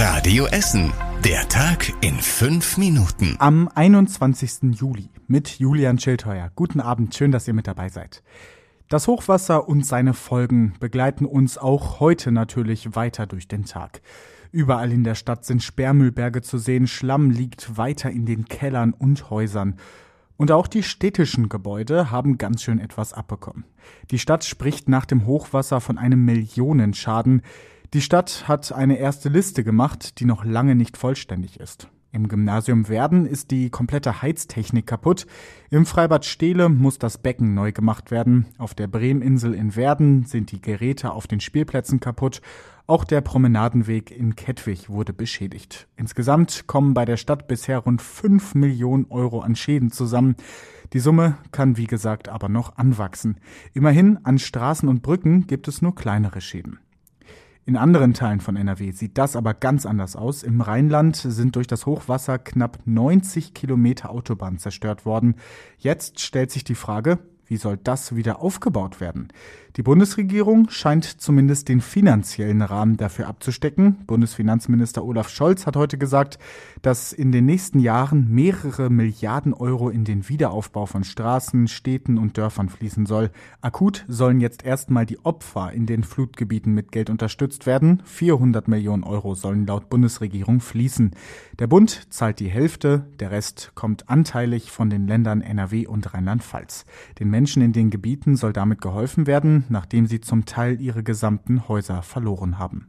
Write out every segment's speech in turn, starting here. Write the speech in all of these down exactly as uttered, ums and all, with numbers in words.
Radio Essen. Der Tag in fünf Minuten. Am einundzwanzigsten Juli mit Julian Schildheuer. Guten Abend, schön, dass ihr mit dabei seid. Das Hochwasser und seine Folgen begleiten uns auch heute natürlich weiter durch den Tag. Überall in der Stadt sind Sperrmüllberge zu sehen, Schlamm liegt weiter in den Kellern und Häusern. Und auch die städtischen Gebäude haben ganz schön etwas abbekommen. Die Stadt spricht nach dem Hochwasser von einem Millionenschaden. Die Stadt hat eine erste Liste gemacht, die noch lange nicht vollständig ist. Im Gymnasium Werden ist die komplette Heiztechnik kaputt. Im Freibad Steele muss das Becken neu gemacht werden. Auf der Breminsel in Werden sind die Geräte auf den Spielplätzen kaputt. Auch der Promenadenweg in Kettwig wurde beschädigt. Insgesamt kommen bei der Stadt bisher rund fünf Millionen Euro an Schäden zusammen. Die Summe kann wie gesagt aber noch anwachsen. Immerhin an Straßen und Brücken gibt es nur kleinere Schäden. In anderen Teilen von N R W sieht das aber ganz anders aus. Im Rheinland sind durch das Hochwasser knapp neunzig Kilometer Autobahn zerstört worden. Jetzt stellt sich die Frage, wie soll das wieder aufgebaut werden? Die Bundesregierung scheint zumindest den finanziellen Rahmen dafür abzustecken. Bundesfinanzminister Olaf Scholz hat heute gesagt, dass in den nächsten Jahren mehrere Milliarden Euro in den Wiederaufbau von Straßen, Städten und Dörfern fließen soll. Akut sollen jetzt erstmal die Opfer in den Flutgebieten mit Geld unterstützt werden. vierhundert Millionen Euro sollen laut Bundesregierung fließen. Der Bund zahlt die Hälfte, der Rest kommt anteilig von den Ländern N R W und Rheinland-Pfalz. Den Menschen in den Gebieten soll damit geholfen werden, nachdem sie zum Teil ihre gesamten Häuser verloren haben.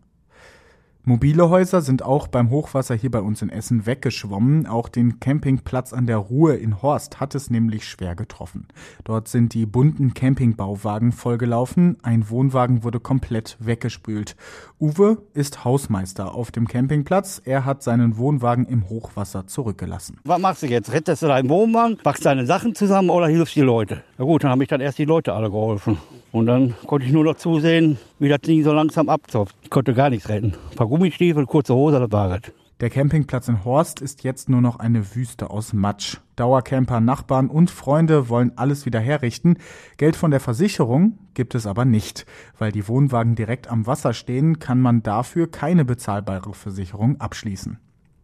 Mobile Häuser sind auch beim Hochwasser hier bei uns in Essen weggeschwommen. Auch den Campingplatz an der Ruhr in Horst hat es nämlich schwer getroffen. Dort sind die bunten Campingbauwagen vollgelaufen. Ein Wohnwagen wurde komplett weggespült. Uwe ist Hausmeister auf dem Campingplatz. Er hat seinen Wohnwagen im Hochwasser zurückgelassen. Was machst du jetzt? Rettest du deinen Wohnwagen, packst deine Sachen zusammen oder hilfst die Leute? Na gut, dann habe ich dann erst die Leute alle geholfen. Und dann konnte ich nur noch zusehen, wie das Ding so langsam abzopft. Ich konnte gar nichts retten. Ein paar Gummistiefel, kurze Hose, das war es. Der Campingplatz in Horst ist jetzt nur noch eine Wüste aus Matsch. Dauercamper, Nachbarn und Freunde wollen alles wieder herrichten. Geld von der Versicherung gibt es aber nicht. Weil die Wohnwagen direkt am Wasser stehen, kann man dafür keine bezahlbare Versicherung abschließen.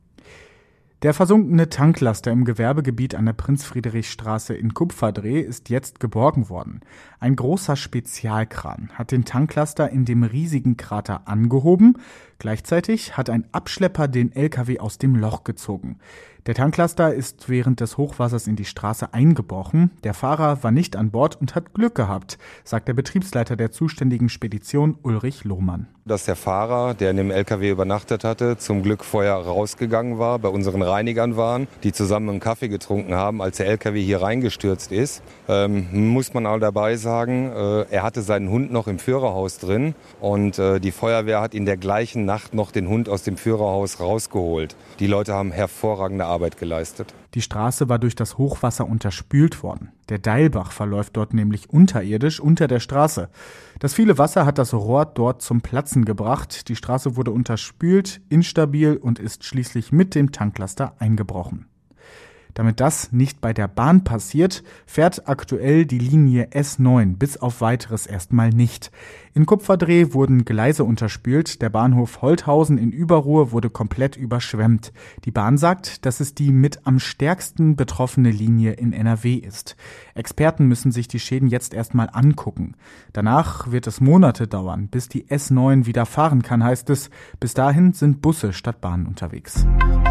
Der versunkene Tanklaster im Gewerbegebiet an der Prinz-Friedrich-Straße in Kupferdreh ist jetzt geborgen worden. Ein großer Spezialkran hat den Tanklaster in dem riesigen Krater angehoben. Gleichzeitig hat ein Abschlepper den L K W aus dem Loch gezogen. Der Tanklaster ist während des Hochwassers in die Straße eingebrochen. Der Fahrer war nicht an Bord und hat Glück gehabt, sagt der Betriebsleiter der zuständigen Spedition Ulrich Lohmann. Dass der Fahrer, der in dem L K W übernachtet hatte, zum Glück vorher rausgegangen war, bei unseren Reinigern waren, die zusammen einen Kaffee getrunken haben, als der L K W hier reingestürzt ist. Ähm, muss man auch dabei sagen, äh, er hatte seinen Hund noch im Führerhaus drin und äh, die Feuerwehr hat in der gleichen Nacht noch den Hund aus dem Führerhaus rausgeholt. Die Leute haben hervorragende Arbeit geleistet. Die Straße war durch das Hochwasser unterspült worden. Der Deilbach verläuft dort nämlich unterirdisch unter der Straße. Das viele Wasser hat das Rohr dort zum Platzen gebracht. Die Straße wurde unterspült, instabil und ist schließlich mit dem Tanklaster eingebrochen. Damit das nicht bei der Bahn passiert, fährt aktuell die Linie S neun bis auf Weiteres erstmal nicht. In Kupferdreh wurden Gleise unterspült, der Bahnhof Holthausen in Überruhr wurde komplett überschwemmt. Die Bahn sagt, dass es die mit am stärksten betroffene Linie in N R W ist. Experten müssen sich die Schäden jetzt erstmal angucken. Danach wird es Monate dauern, bis die S neun wieder fahren kann, heißt es. Bis dahin sind Busse statt Bahnen unterwegs.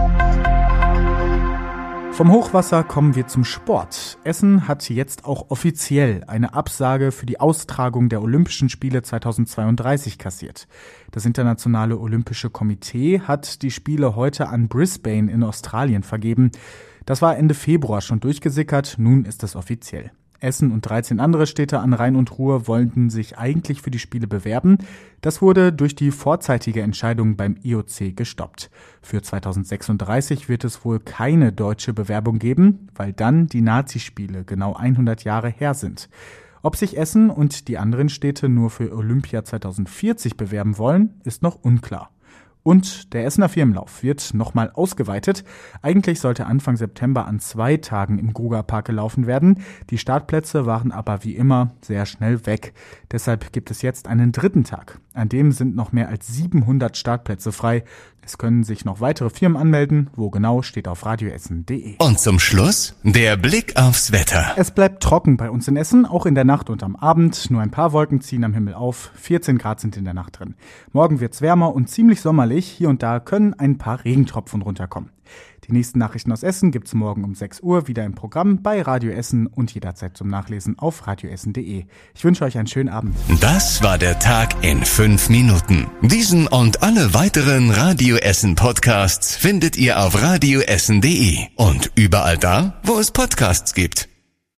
Vom Hochwasser kommen wir zum Sport. Essen hat jetzt auch offiziell eine Absage für die Austragung der Olympischen Spiele zweitausendzweiunddreißig kassiert. Das Internationale Olympische Komitee hat die Spiele heute an Brisbane in Australien vergeben. Das war Ende Februar schon durchgesickert, nun ist es offiziell. Essen und dreizehn andere Städte an Rhein und Ruhr wollten sich eigentlich für die Spiele bewerben. Das wurde durch die vorzeitige Entscheidung beim I O C gestoppt. Für zweitausendsechsunddreißig wird es wohl keine deutsche Bewerbung geben, weil dann die Nazispiele genau hundert Jahre her sind. Ob sich Essen und die anderen Städte nur für Olympia zweitausendvierzig bewerben wollen, ist noch unklar. Und der Essener Firmenlauf wird nochmal ausgeweitet. Eigentlich sollte Anfang September an zwei Tagen im Grugapark gelaufen werden. Die Startplätze waren aber wie immer sehr schnell weg. Deshalb gibt es jetzt einen dritten Tag. An dem sind noch mehr als siebenhundert Startplätze frei. Es können sich noch weitere Firmen anmelden. Wo genau, steht auf radioessen punkt de. Und zum Schluss der Blick aufs Wetter. Es bleibt trocken bei uns in Essen, auch in der Nacht und am Abend. Nur ein paar Wolken ziehen am Himmel auf. vierzehn Grad sind in der Nacht drin. Morgen wird's wärmer und ziemlich sommerlich. Hier und da können ein paar Regentropfen runterkommen. Die nächsten Nachrichten aus Essen gibt's morgen um sechs Uhr wieder im Programm bei Radio Essen und jederzeit zum Nachlesen auf radioessen punkt de. Ich wünsche euch einen schönen Abend. Das war der Tag in fünf Minuten. Diesen und alle weiteren Radio Essen Podcasts findet ihr auf radioessen punkt de und überall da, wo es Podcasts gibt.